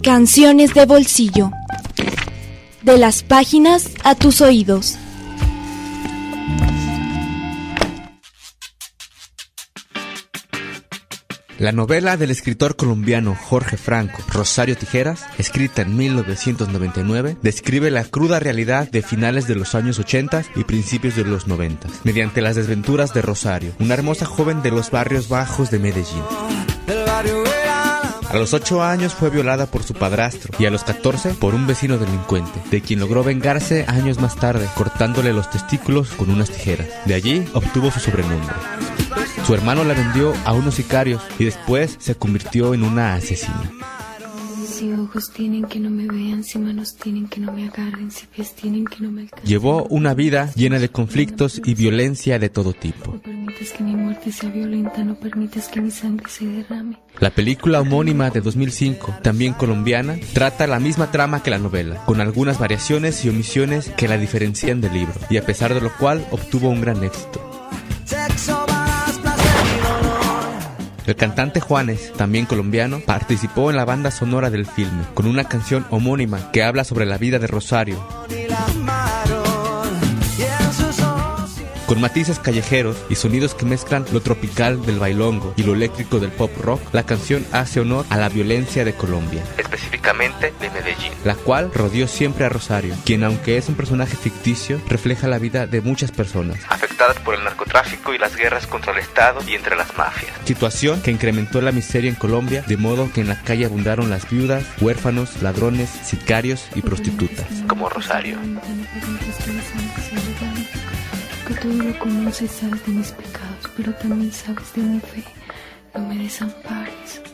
Canciones de bolsillo. De las páginas a tus oídos. La novela del escritor colombiano Jorge Franco, Rosario Tijeras, escrita en 1999, describe la cruda realidad de finales de los años 80 y principios de los 90, mediante las desventuras de Rosario, una hermosa joven de los barrios bajos de Medellín. A los 8 años fue violada por su padrastro y a los 14 por un vecino delincuente, de quien logró vengarse años más tarde, cortándole los testículos con unas tijeras. De allí obtuvo su sobrenombre. Su hermano la vendió a unos sicarios y después se convirtió en una asesina. Si ojos tienen que no me vean, si manos tienen que no me agarren, si pies tienen que no me alcancen. Llevó una vida llena de conflictos y violencia de todo tipo. No permites que mi muerte sea violenta, no permites que mi sangre se derrame. La película homónima de 2005, también colombiana, trata la misma trama que la novela, con algunas variaciones y omisiones que la diferencian del libro, y a pesar de lo cual obtuvo un gran éxito. El cantante Juanes, también colombiano, participó en la banda sonora del filme, con una canción homónima que habla sobre la vida de Rosario. Con matices callejeros y sonidos que mezclan lo tropical del bailongo y lo eléctrico del pop rock, la canción hace honor a la violencia de Colombia, específicamente de Medellín, la cual rodeó siempre a Rosario, quien, aunque es un personaje ficticio, refleja la vida de muchas personas afectadas por el narcotráfico y las guerras contra el Estado y entre las mafias, situación que incrementó la miseria en Colombia, de modo que en la calle abundaron las viudas, huérfanos, ladrones, sicarios y prostitutas, como Rosario. Que tú lo conoces, sabes de mis pecados, pero también sabes de mi fe. No me desampares.